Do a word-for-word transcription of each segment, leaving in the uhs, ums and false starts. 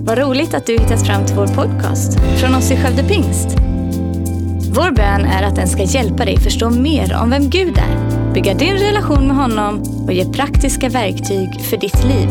Vad roligt att du hittat fram till vår podcast från oss i Skövde Pingst. Vår bön är att den ska hjälpa dig förstå mer om vem Gud är, bygga din relation med honom och ge praktiska verktyg för ditt liv.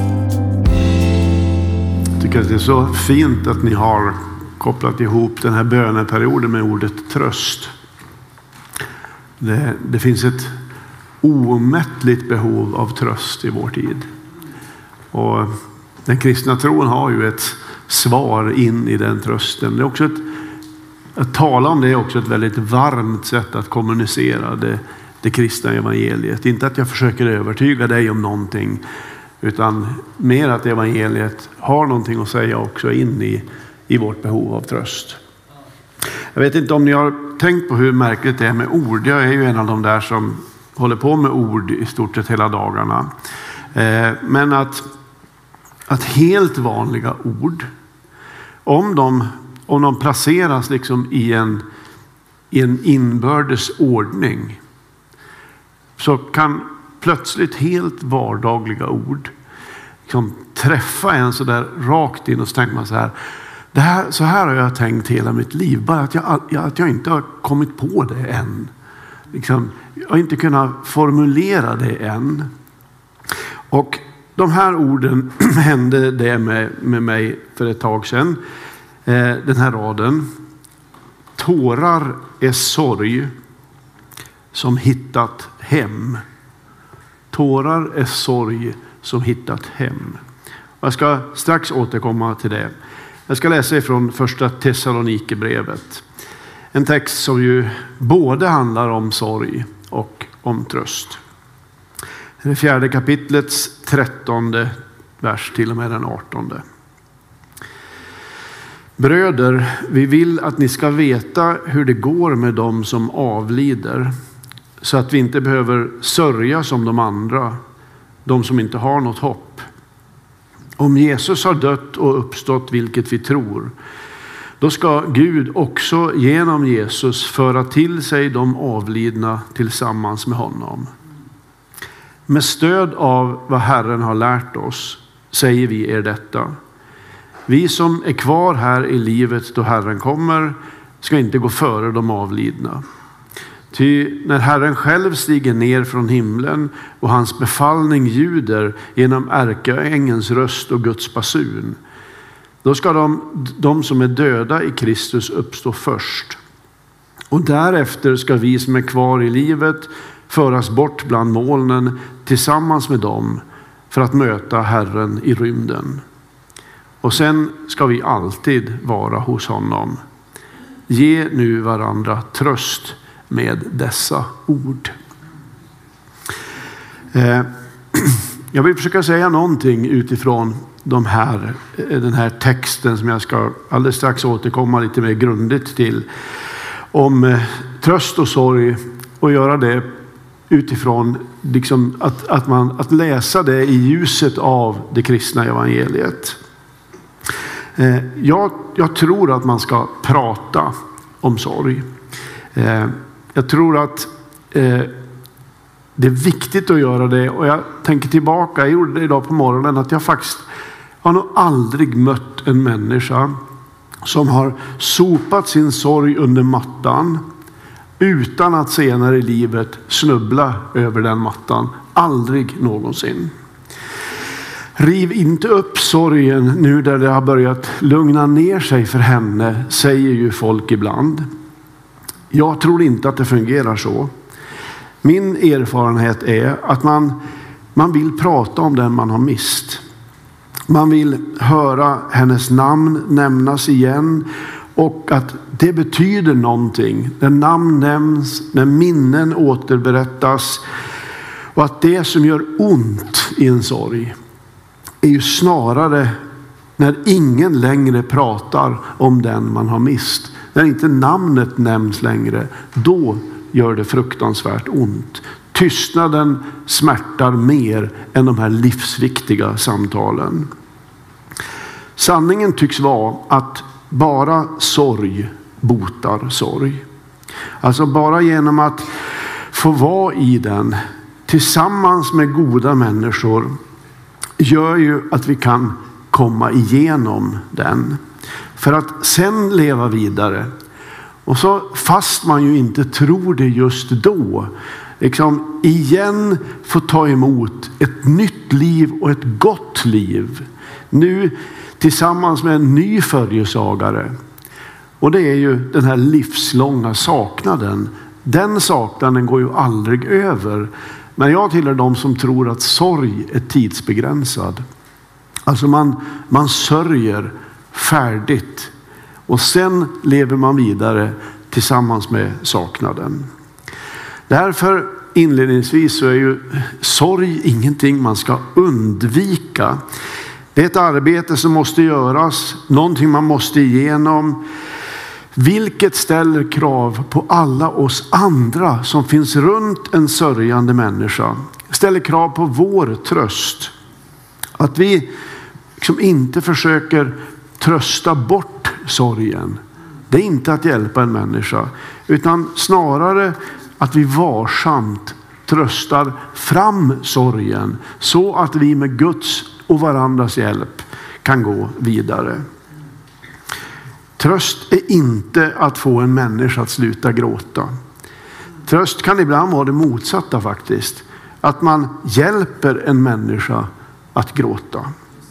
Jag tycker att det är så fint att ni har kopplat ihop den här böneperioden med ordet tröst. Det, det finns ett omättligt behov av tröst i vår tid. Och den kristna tron har ju ett svar in i den trösten. Det är också ett, att tala om det är också ett väldigt varmt sätt att kommunicera det, det kristna evangeliet. Inte att jag försöker övertyga dig om någonting, utan mer att evangeliet har någonting att säga också in i, i vårt behov av tröst. Jag vet inte om ni har tänkt på hur märkligt det är med ord. Jag är ju en av de där som håller på med ord i stort sett hela dagarna. Eh, men att, att helt vanliga ord, om de, om de placeras liksom i en, i en inbördes ordning, så kan plötsligt helt vardagliga ord liksom träffa en så där rakt in, och så tänker man så här, det här, så här har jag tänkt hela mitt liv, bara att jag, att jag inte har kommit på det än. Liksom, jag har inte kunnat formulera det än. Och de här orden hände det med, med mig för ett tag sedan. Eh, den här raden. Tårar är sorg som hittat hem. Tårar är sorg som hittat hem. Jag ska strax återkomma till det. Jag ska läsa ifrån första Thessalonikerbrevet. En text som ju både handlar om sorg och om tröst. Det fjärde kapitlets trettonde vers till och med den artonde. Bröder, vi vill att ni ska veta hur det går med dem som avlider, så att vi inte behöver sörja som de andra, de som inte har något hopp. Om Jesus har dött och uppstått, vilket vi tror, då ska Gud också genom Jesus föra till sig de avlidna tillsammans med honom. Med stöd av vad Herren har lärt oss säger vi er detta. Vi som är kvar här i livet då Herren kommer ska inte gå före de avlidna. Ty när Herren själv stiger ner från himlen och hans befallning ljuder genom ärkeängelns röst och Guds basun, då ska de, de som är döda i Kristus uppstå först. Och därefter ska vi som är kvar i livet föras bort bland molnen tillsammans med dem för att möta Herren i rymden. Och sen ska vi alltid vara hos honom. Ge nu varandra tröst med dessa ord. Eh, jag vill försöka säga någonting utifrån de här, den här texten som jag ska alldeles strax återkomma lite mer grundligt till. Om eh, tröst och sorg, och göra det utifrån liksom att, att, man, att läsa det i ljuset av det kristna evangeliet. Eh, jag, jag tror att man ska prata om sorg. Eh, jag tror att eh, det är viktigt att göra det, och jag tänker tillbaka, jag gjorde det idag på morgonen, att jag faktiskt har nog aldrig mött en människa som har sopat sin sorg under mattan utan att senare i livet snubbla över den mattan. Aldrig någonsin. Riv inte upp sorgen nu där det har börjat lugna ner sig för henne, säger ju folk ibland. Jag tror inte att det fungerar så. Min erfarenhet är att man, man vill prata om den man har mist. Man vill höra hennes namn nämnas igen, och att det betyder någonting när namn nämns, när minnen återberättas, och att det som gör ont i en sorg är ju snarare när ingen längre pratar om den man har mist. När inte namnet nämns längre, då gör det fruktansvärt ont. Tystnaden smärtar mer än de här livsviktiga samtalen. Sanningen tycks vara att bara sorg botar sorg. Alltså bara genom att få vara i den tillsammans med goda människor gör ju att vi kan komma igenom den. För att sen leva vidare. Och så fast man ju inte tror det just då. Liksom igen få ta emot ett nytt liv och ett gott liv. Nu tillsammans med en ny följesagare. Och det är ju den här livslånga saknaden. Den saknaden går ju aldrig över. Men jag tillhör de som tror att sorg är tidsbegränsad. Alltså man, man sörjer färdigt. Och sen lever man vidare tillsammans med saknaden. Därför inledningsvis så är ju sorg ingenting man ska undvika. Det är ett arbete som måste göras. Någonting man måste igenom. Vilket ställer krav på alla oss andra som finns runt en sörjande människa. Ställer krav på vår tröst. Att vi liksom inte försöker trösta bort sorgen. Det är inte att hjälpa en människa. Utan snarare att vi varsamt tröstar fram sorgen. Så att vi med Guds och varandras hjälp kan gå vidare. Tröst är inte att få en människa att sluta gråta. Tröst kan ibland vara det motsatta faktiskt. Att man hjälper en människa att gråta.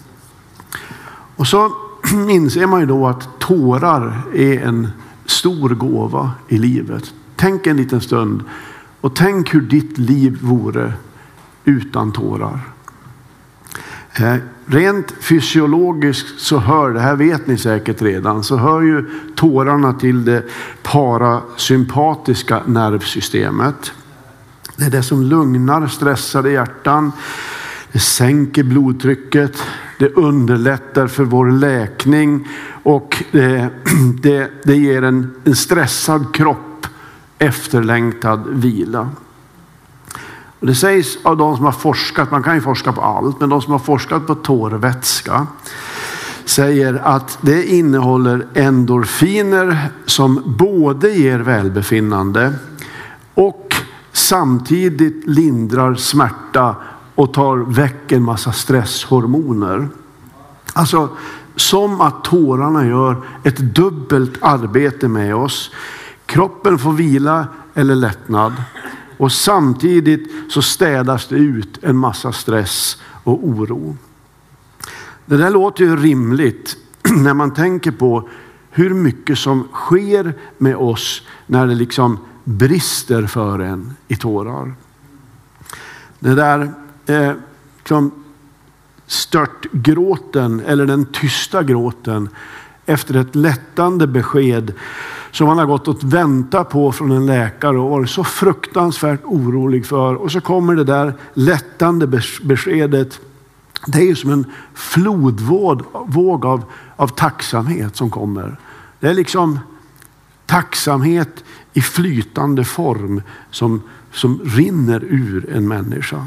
Och så inser man ju då att tårar är en stor gåva i livet. Tänk en liten stund och tänk hur ditt liv vore utan tårar. Eh, rent fysiologiskt så hör, det här vet ni säkert redan, så hör ju tårarna till det parasympatiska nervsystemet. Det är det som lugnar stressade hjärtan. Det sänker blodtrycket. Det underlättar för vår läkning. Och det, det, det ger en, en stressad kropp efterlängtad vila. Och det sägs av de som har forskat, man kan ju forska på allt, men de som har forskat på tårvätska säger att det innehåller endorfiner som både ger välbefinnande och samtidigt lindrar smärta och tar väck en massa stresshormoner. Alltså som att tårarna gör ett dubbelt arbete med oss. Kroppen får vila eller lättnad. Och samtidigt så städas det ut en massa stress och oro. Det där låter ju rimligt när man tänker på hur mycket som sker med oss när det liksom brister för en i tårar. Det där eh, liksom störtgråten eller den tysta gråten efter ett lättande besked som man har gått och väntat på från en läkare och varit så fruktansvärt orolig för. Och så kommer det där lättande beskedet. Det är ju som en flodvåg av, av tacksamhet som kommer. Det är liksom tacksamhet i flytande form som, som rinner ur en människa.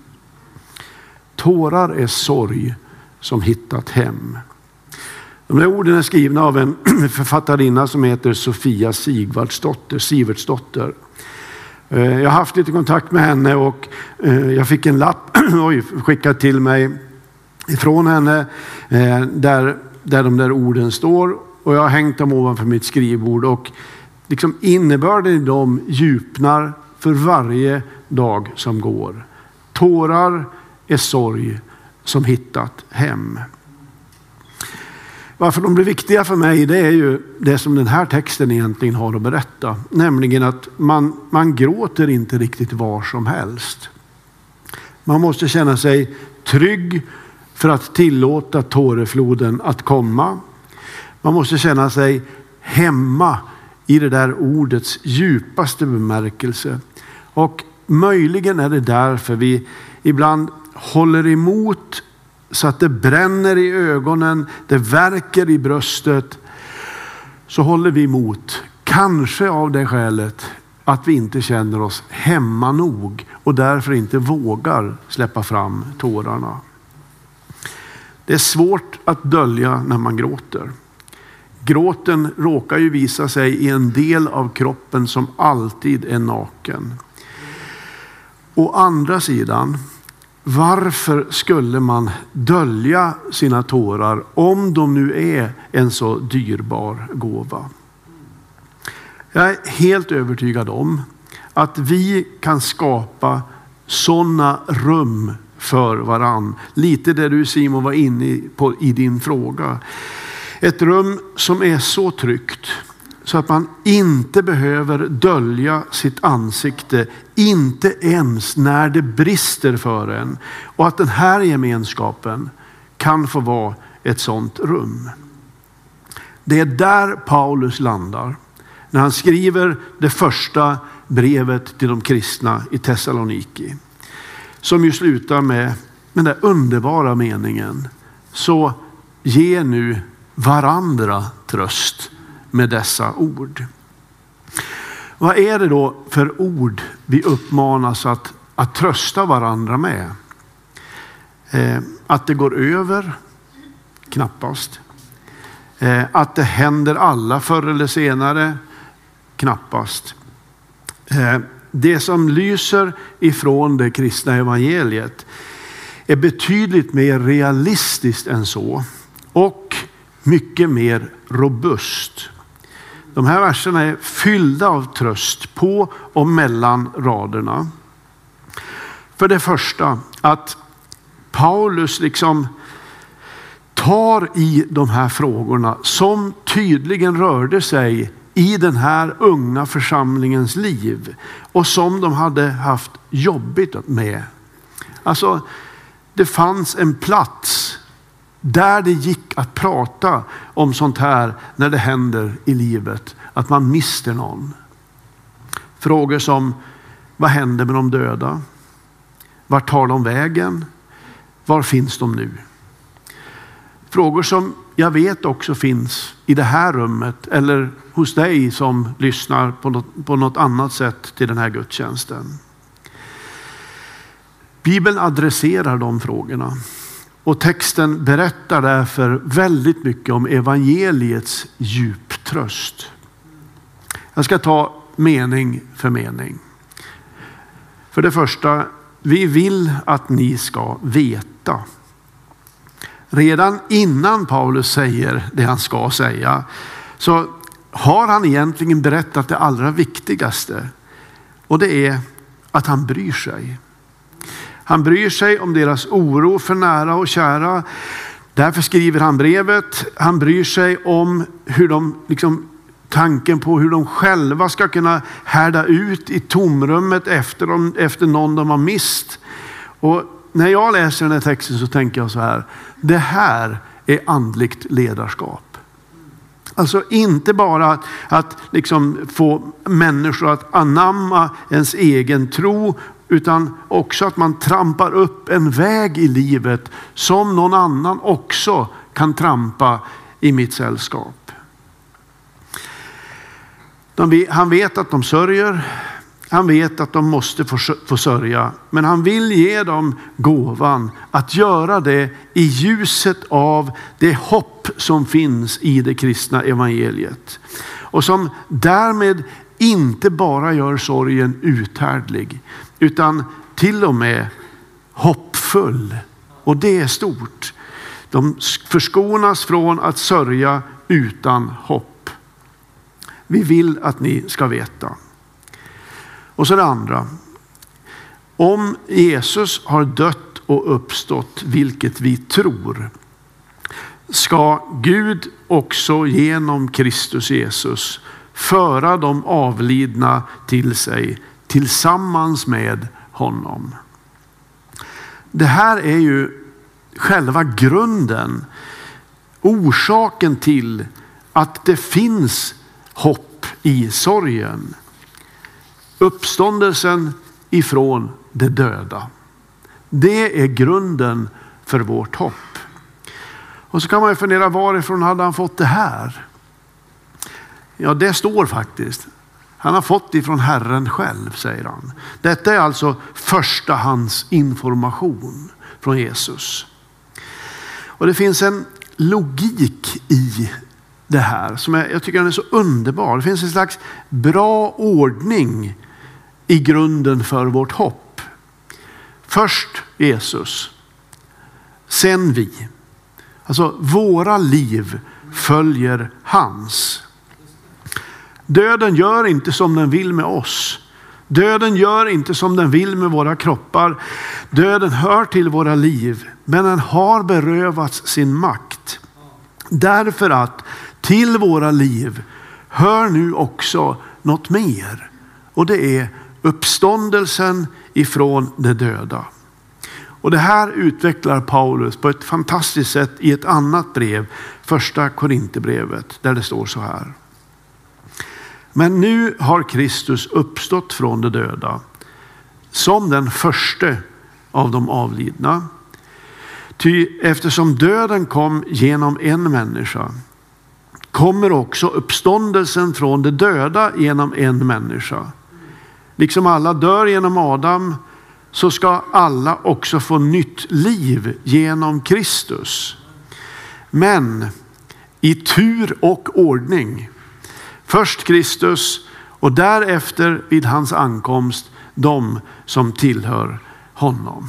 Tårar är sorg som hittat hem. De här orden är skrivna av en författarinna som heter Sofia Sigvardsdotter, Sivertsdotter. Jag har haft lite kontakt med henne och jag fick en lapp oj, skickad till mig ifrån henne där, där de där orden står. Och jag har hängt dem ovanför mitt skrivbord och liksom innebörden i dem djupnar för varje dag som går. Tårar är sorg som hittat hem. Varför de blir viktiga för mig, det är ju det som den här texten egentligen har att berätta. Nämligen att man, man gråter inte riktigt var som helst. Man måste känna sig trygg för att tillåta tårefloden att komma. Man måste känna sig hemma i det där ordets djupaste bemärkelse. Och möjligen är det därför vi ibland håller emot så att det bränner i ögonen, det värker i bröstet. Så håller vi emot, kanske av det skälet att vi inte känner oss hemma nog och därför inte vågar släppa fram tårarna. Det är svårt att dölja när man gråter. Gråten råkar ju visa sig i en del av kroppen som alltid är naken. Å andra sidan, varför skulle man dölja sina tårar om de nu är en så dyrbar gåva? Jag är helt övertygad om att vi kan skapa sådana rum för varann. Lite där du, Simon, var inne på i din fråga. Ett rum som är så tryggt så att man inte behöver dölja sitt ansikte, inte ens när det brister för en. Och att den här gemenskapen kan få vara ett sådant rum. Det är där Paulus landar när han skriver det första brevet till de kristna i Thessaloniki. Som ju slutar med den där underbara meningen: så ge nu varandra tröst med dessa ord. Vad är det då för ord vi uppmanas att, att trösta varandra med? Eh, att det går över? Knappast. Eh, att det händer alla förr eller senare? Knappast. Eh, det som lyser ifrån det kristna evangeliet är betydligt mer realistiskt än så och mycket mer robust. De här verserna är fyllda av tröst på och mellan raderna. För det första att Paulus liksom tar i de här frågorna som tydligen rörde sig i den här unga församlingens liv och som de hade haft jobbigt med. Alltså, det fanns en plats där det gick att prata om sånt här när det händer i livet. Att man mister någon. Frågor som: vad händer med de döda? Var tar de vägen? Var finns de nu? Frågor som jag vet också finns i det här rummet eller hos dig som lyssnar på något, på något annat sätt till den här gudstjänsten. Bibeln adresserar de frågorna. Och texten berättar därför väldigt mycket om evangeliets djuptröst. Jag ska ta mening för mening. För det första, vi vill att ni ska veta. Redan innan Paulus säger det han ska säga så har han egentligen berättat det allra viktigaste. Och det är att han bryr sig. Han bryr sig om deras oro för nära och kära. Därför skriver han brevet. Han bryr sig om hur de, liksom, tanken på hur de själva ska kunna härda ut i tomrummet efter, dem, efter någon de har mist. Och när jag läser den här texten så tänker jag så här: det här är andligt ledarskap. Alltså inte bara att, att liksom få människor att anamma ens egen tro, utan också att man trampar upp en väg i livet som någon annan också kan trampa i mitt sällskap. De, han vet att de sörjer. Han vet att de måste få, få sörja. Men han vill ge dem gåvan att göra det i ljuset av det hopp som finns i det kristna evangeliet. Och som därmed inte bara gör sorgen uthärdlig, utan till och med hoppfull. Och det är stort. De förskonas från att sörja utan hopp. Vi vill att ni ska veta. Och så det andra. Om Jesus har dött och uppstått, vilket vi tror, ska Gud också genom Kristus Jesus föra de avlidna till sig tillsammans med honom. Det här är ju själva grunden, orsaken till att det finns hopp i sorgen. Uppståndelsen ifrån det döda. Det är grunden för vårt hopp. Och så kan man ju fundera, varifrån hade han fått det här? Ja, det står faktiskt. Han har fått det från Herren själv, säger han. Detta är alltså förstahands information från Jesus. Och det finns en logik i det här som jag, jag tycker den är så underbar. Det finns en slags bra ordning i grunden för vårt hopp. Först Jesus, sen vi. Alltså våra liv följer hans. Döden gör inte som den vill med oss. Döden gör inte som den vill med våra kroppar. Döden hör till våra liv, men den har berövats sin makt. Därför att till våra liv hör nu också något mer. Och det är uppståndelsen ifrån de döda. Och det här utvecklar Paulus på ett fantastiskt sätt i ett annat brev, första Korinthierbrevet, där det står så här. Men nu har Kristus uppstått från de döda som den första av de avlidna. Ty eftersom döden kom genom en människa kommer också uppståndelsen från de döda genom en människa. Liksom alla dör genom Adam, så ska alla också få nytt liv genom Kristus. Men i tur och ordning. Först Kristus och därefter vid hans ankomst de som tillhör honom.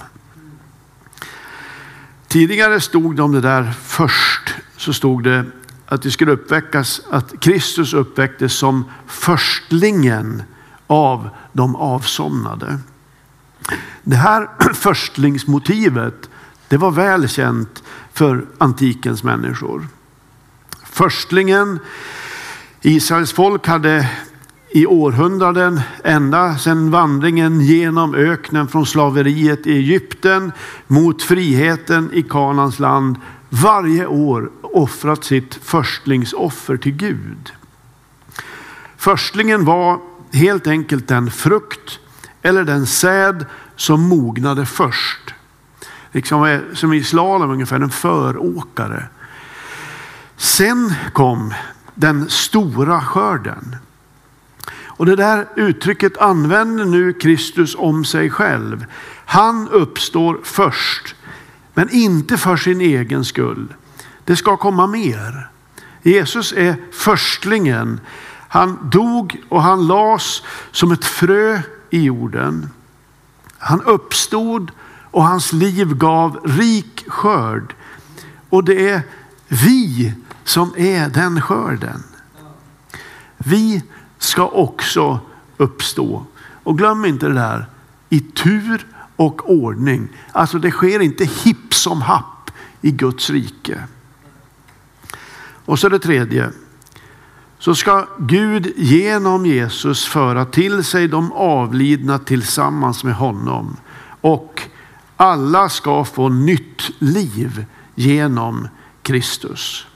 Tidigare stod det om det där först, så stod det att det skulle uppväckas, att Kristus uppväcktes som förstlingen av de avsomnade. Det här förstlingsmotivet, det var väl känt för antikens människor. Förstlingen, Israels folk hade i århundraden, ända sedan vandringen genom öknen från slaveriet i Egypten mot friheten i Kanans land, varje år offrat sitt förstlingsoffer till Gud. Förstlingen var helt enkelt den frukt eller den säd som mognade först. Liksom som i slalom ungefär, en föråkare. Sen kom den stora skörden. Och det där uttrycket använder nu Kristus om sig själv. Han uppstår först, men inte för sin egen skull. Det ska komma mer. Jesus är förstlingen. Han dog och han las som ett frö i jorden. Han uppstod och hans liv gav rik skörd. Och det är vi som är den skörden. Vi ska också uppstå. Och glöm inte det där, i tur och ordning. Alltså det sker inte hipp som happ i Guds rike. Och så det tredje. Så ska Gud genom Jesus föra till sig de avlidna tillsammans med honom. Och alla ska få nytt liv genom Kristus.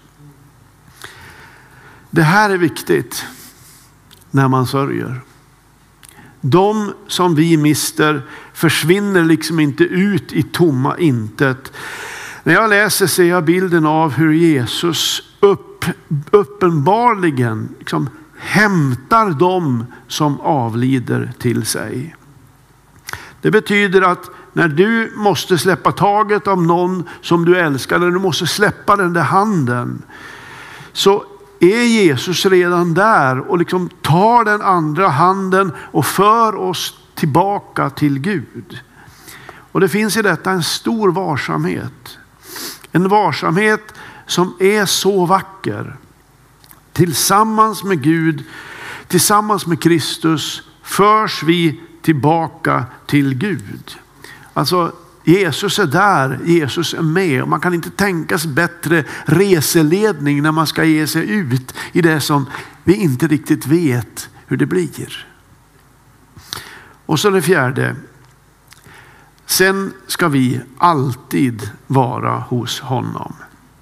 Det här är viktigt när man sörjer. De som vi mister försvinner liksom inte ut i tomma intet. När jag läser ser jag bilden av hur Jesus upp, uppenbarligen liksom hämtar dem som avlider till sig. Det betyder att när du måste släppa taget av någon som du älskar, eller du måste släppa den där handen, så är Jesus redan där och liksom tar den andra handen och för oss tillbaka till Gud. Och det finns i detta en stor varsamhet. En varsamhet som är så vacker. Tillsammans med Gud, tillsammans med Kristus förs vi tillbaka till Gud. Alltså Jesus är där, Jesus är med. Och man kan inte tänka sig bättre reseledning när man ska ge sig ut i det som vi inte riktigt vet hur det blir. Och så det fjärde. Sen ska vi alltid vara hos honom.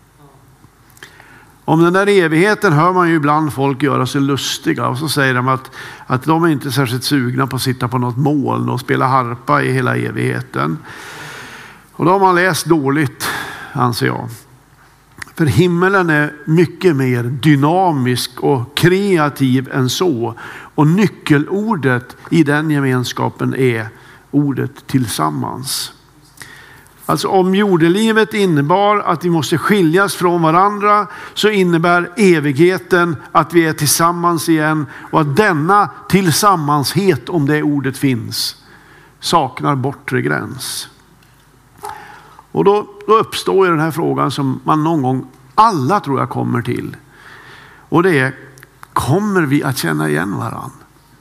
Om den där evigheten hör man ju ibland folk göra sig lustiga. Och så säger de att, att de är inte särskilt sugna på att sitta på något moln och spela harpa i hela evigheten. Och då har man läst dåligt, anser jag. För himmelen är mycket mer dynamisk och kreativ än så. Och nyckelordet i den gemenskapen är ordet tillsammans. Alltså om jordelivet innebar att vi måste skiljas från varandra, så innebär evigheten att vi är tillsammans igen. Och att denna tillsammanshet, om det ordet finns, saknar bortre gräns. Och då, då uppstår ju den här frågan som man någon gång alla tror jag kommer till. Och det är, kommer vi att känna igen varann?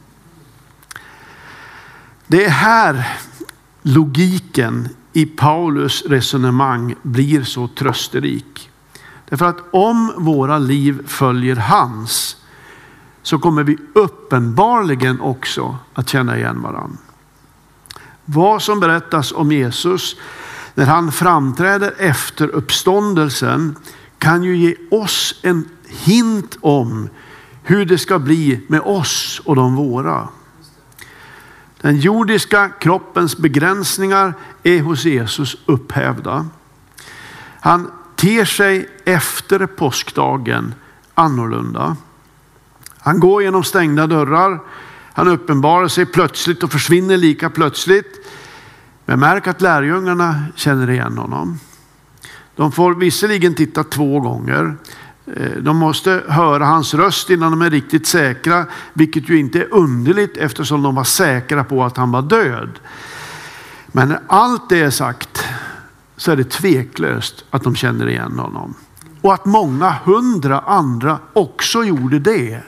Det är här logiken i Paulus resonemang blir så trösterik. Därför att om våra liv följer hans, så kommer vi uppenbarligen också att känna igen varann. Vad som berättas om Jesus när han framträder efter uppståndelsen kan ju ge oss en hint om hur det ska bli med oss och de våra. Den jordiska kroppens begränsningar är hos Jesus upphävda. Han ter sig efter påskdagen annorlunda. Han går genom stängda dörrar. Han uppenbarar sig plötsligt och försvinner lika plötsligt. Men märk att lärjungarna känner igen honom. De får visserligen titta två gånger. De måste höra hans röst innan de är riktigt säkra. Vilket ju inte är underligt eftersom de var säkra på att han var död. Men när allt det är sagt så är det tveklöst att de känner igen honom. Och att många hundra andra också gjorde det.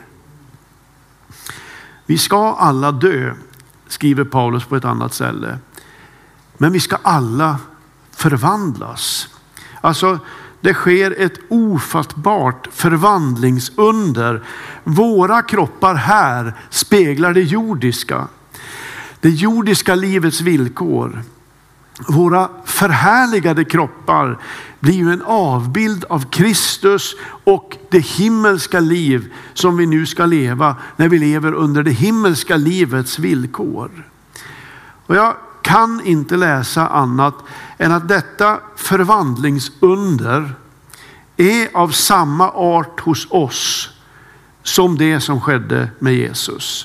Vi ska alla dö, skriver Paulus på ett annat ställe. Men vi ska alla förvandlas. Alltså det sker ett ofattbart förvandlingsunder. Våra kroppar här speglar det jordiska. Det jordiska livets villkor. Våra förhärligade kroppar blir ju en avbild av Kristus och det himmelska liv som vi nu ska leva när vi lever under det himmelska livets villkor. Och jag kan inte läsa annat än att detta förvandlingsunder är av samma art hos oss som det som skedde med Jesus.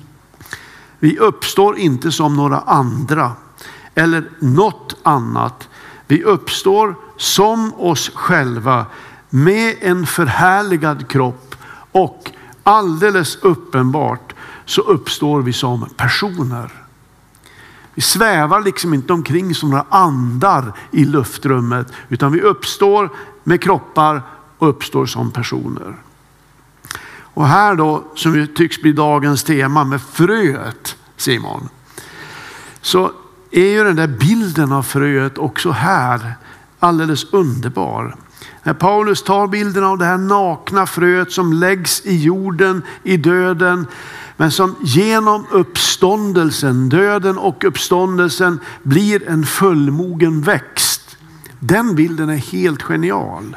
Vi uppstår inte som några andra eller något annat. Vi uppstår som oss själva med en förhärligad kropp, och alldeles uppenbart så uppstår vi som personer. Vi svävar liksom inte omkring som några andar i luftrummet, utan vi uppstår med kroppar och uppstår som personer. Och här då, som ju tycks bli dagens tema med fröet, Simon, så är ju den där bilden av fröet också här alldeles underbar. När Paulus tar bilden av det här nakna fröet som läggs i jorden, i döden, men som genom uppståndelsen, döden och uppståndelsen blir en fullmogen växt. Den bilden är helt genial.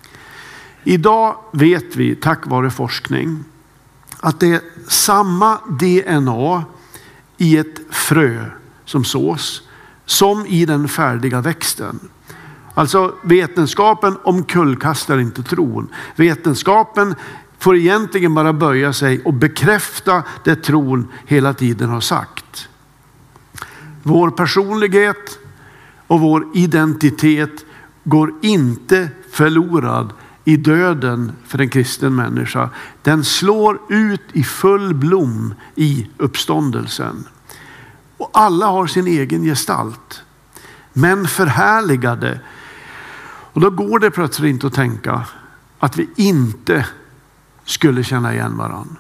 Idag vet vi, tack vare forskning, att det är samma D N A i ett frö som sås som i den färdiga växten. Alltså vetenskapen omkullkastar inte tron. Vetenskapen får egentligen bara böja sig och bekräfta det tron hela tiden har sagt. Vår personlighet och vår identitet går inte förlorad i döden för en kristen människa. Den slår ut i full blom i uppståndelsen. Och alla har sin egen gestalt, men förhärligade. Och då går det plötsligt inte att tänka att vi inte skulle känna igen varann.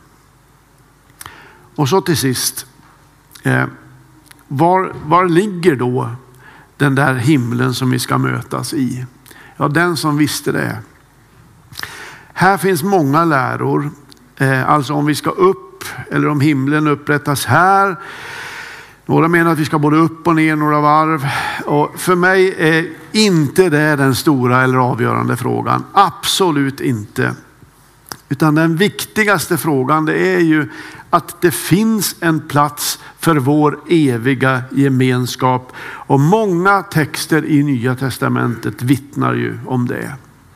Och så till sist, eh, var, var ligger då den där himlen som vi ska mötas i? Ja, den som visste det. Här finns många läror, eh, alltså om vi ska upp eller om himlen upprättas här. Några menar att vi ska både upp och ner några varv. Och för mig är inte det den stora eller avgörande frågan. Absolut inte. Utan den viktigaste frågan, det är ju att det finns en plats för vår eviga gemenskap. Och många texter i Nya testamentet vittnar ju om det.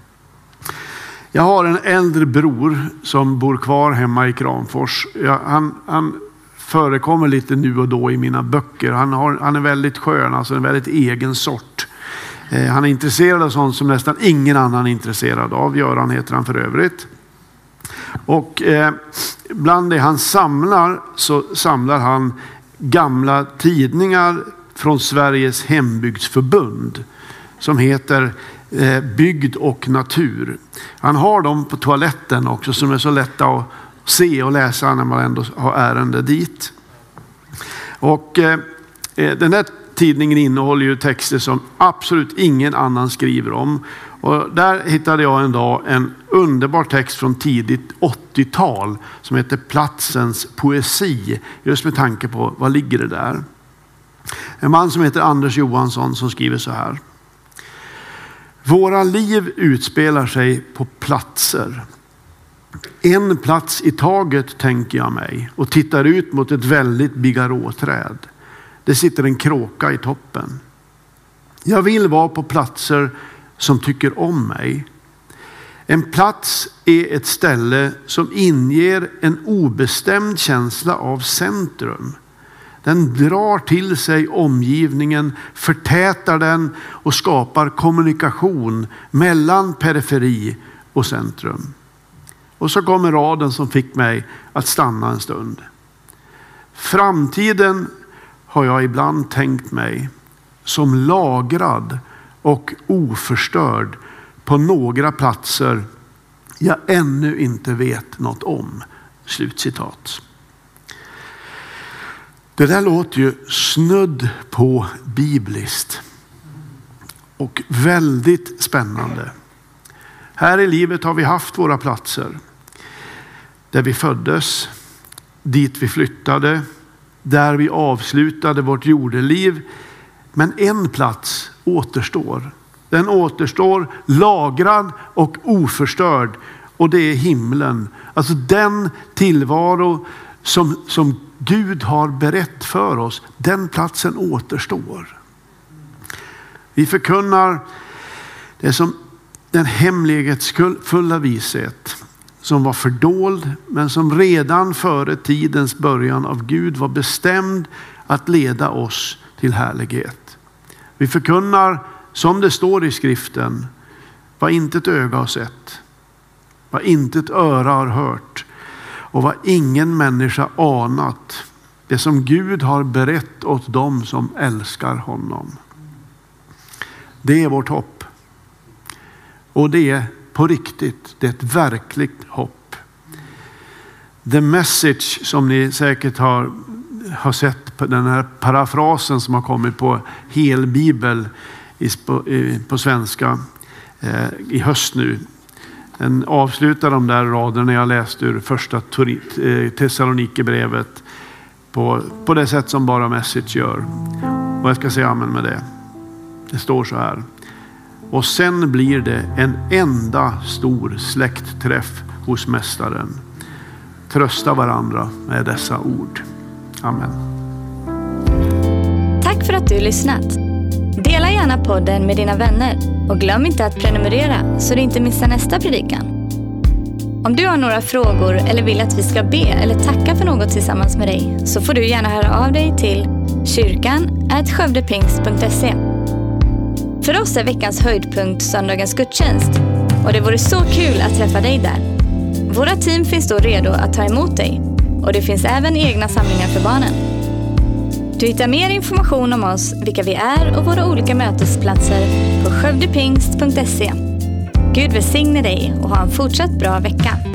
Jag har en äldre bror som bor kvar hemma i Kramfors. Ja, han... han förekommer lite nu och då i mina böcker. Han, har, han är väldigt skön, alltså en väldigt egen sort. Eh, han är intresserad av sånt som nästan ingen annan är intresserad av. Göran heter han för övrigt. Och eh, bland det han samlar så samlar han gamla tidningar från Sveriges hembygdsförbund som heter eh, Bygd och natur. Han har dem på toaletten också som är så lätta att se och läsa när man ändå har ärende dit. Och eh, den här tidningen innehåller ju texter som absolut ingen annan skriver om. Och där hittade jag en dag en underbar text från tidigt åttiotal som heter Platsens poesi. Just med tanke på vad ligger det där. En man som heter Anders Johansson som skriver så här. Våra liv utspelar sig på platser. En plats i taget tänker jag mig och tittar ut mot ett väldigt bigarråträd. Det sitter en kråka i toppen. Jag vill vara på platser som tycker om mig. En plats är ett ställe som inger en obestämd känsla av centrum. Den drar till sig omgivningen, förtätar den och skapar kommunikation mellan periferi och centrum. Och så kommer raden som fick mig att stanna en stund. Framtiden har jag ibland tänkt mig som lagrad och oförstörd på några platser jag ännu inte vet något om. Slutcitat. Det där låter ju snudd på bibliskt och väldigt spännande. Här i livet har vi haft våra platser. Där vi föddes, dit vi flyttade, där vi avslutade vårt jordeliv. Men en plats återstår. Den återstår lagrad och oförstörd. Och det är himlen. Alltså den tillvaro som, som Gud har berett för oss. Den platsen återstår. Vi förkunnar det som den hemlighetsfulla vishet som var fördold men som redan före tidens början av Gud var bestämd att leda oss till härlighet. Vi förkunnar som det står i skriften vad inte ett öga har sett, vad inte ett öra har hört och vad ingen människa anat. Det som Gud har berett åt dem som älskar honom. Det är vårt hopp. Och det är på riktigt, det är ett verkligt hopp. The Message som ni säkert har, har sett på den här parafrasen som har kommit på helbibel i, på, i, på svenska eh, i höst nu. Den avslutar de där raderna jag läste ur första Thessalonikerbrevet på, på det sätt som bara Message gör. Och jag ska säga amen med det. Det står så här. Och sen blir det en enda stor släktträff hos mästaren. Trösta varandra med dessa ord. Amen. Tack för att du lyssnat. Dela gärna podden med dina vänner och glöm inte att prenumerera så du inte missar nästa predikan. Om du har några frågor eller vill att vi ska be eller tacka för något tillsammans med dig så får du gärna höra av dig till kyrkan at skövdepingst punkt se. För oss är veckans höjdpunkt söndagens gudstjänst och det vore så kul att träffa dig där. Våra team finns då redo att ta emot dig och det finns även egna samlingar för barnen. Du hittar mer information om oss, vilka vi är och våra olika mötesplatser på skövdepingst punkt se. Gud välsigne dig och ha en fortsatt bra vecka.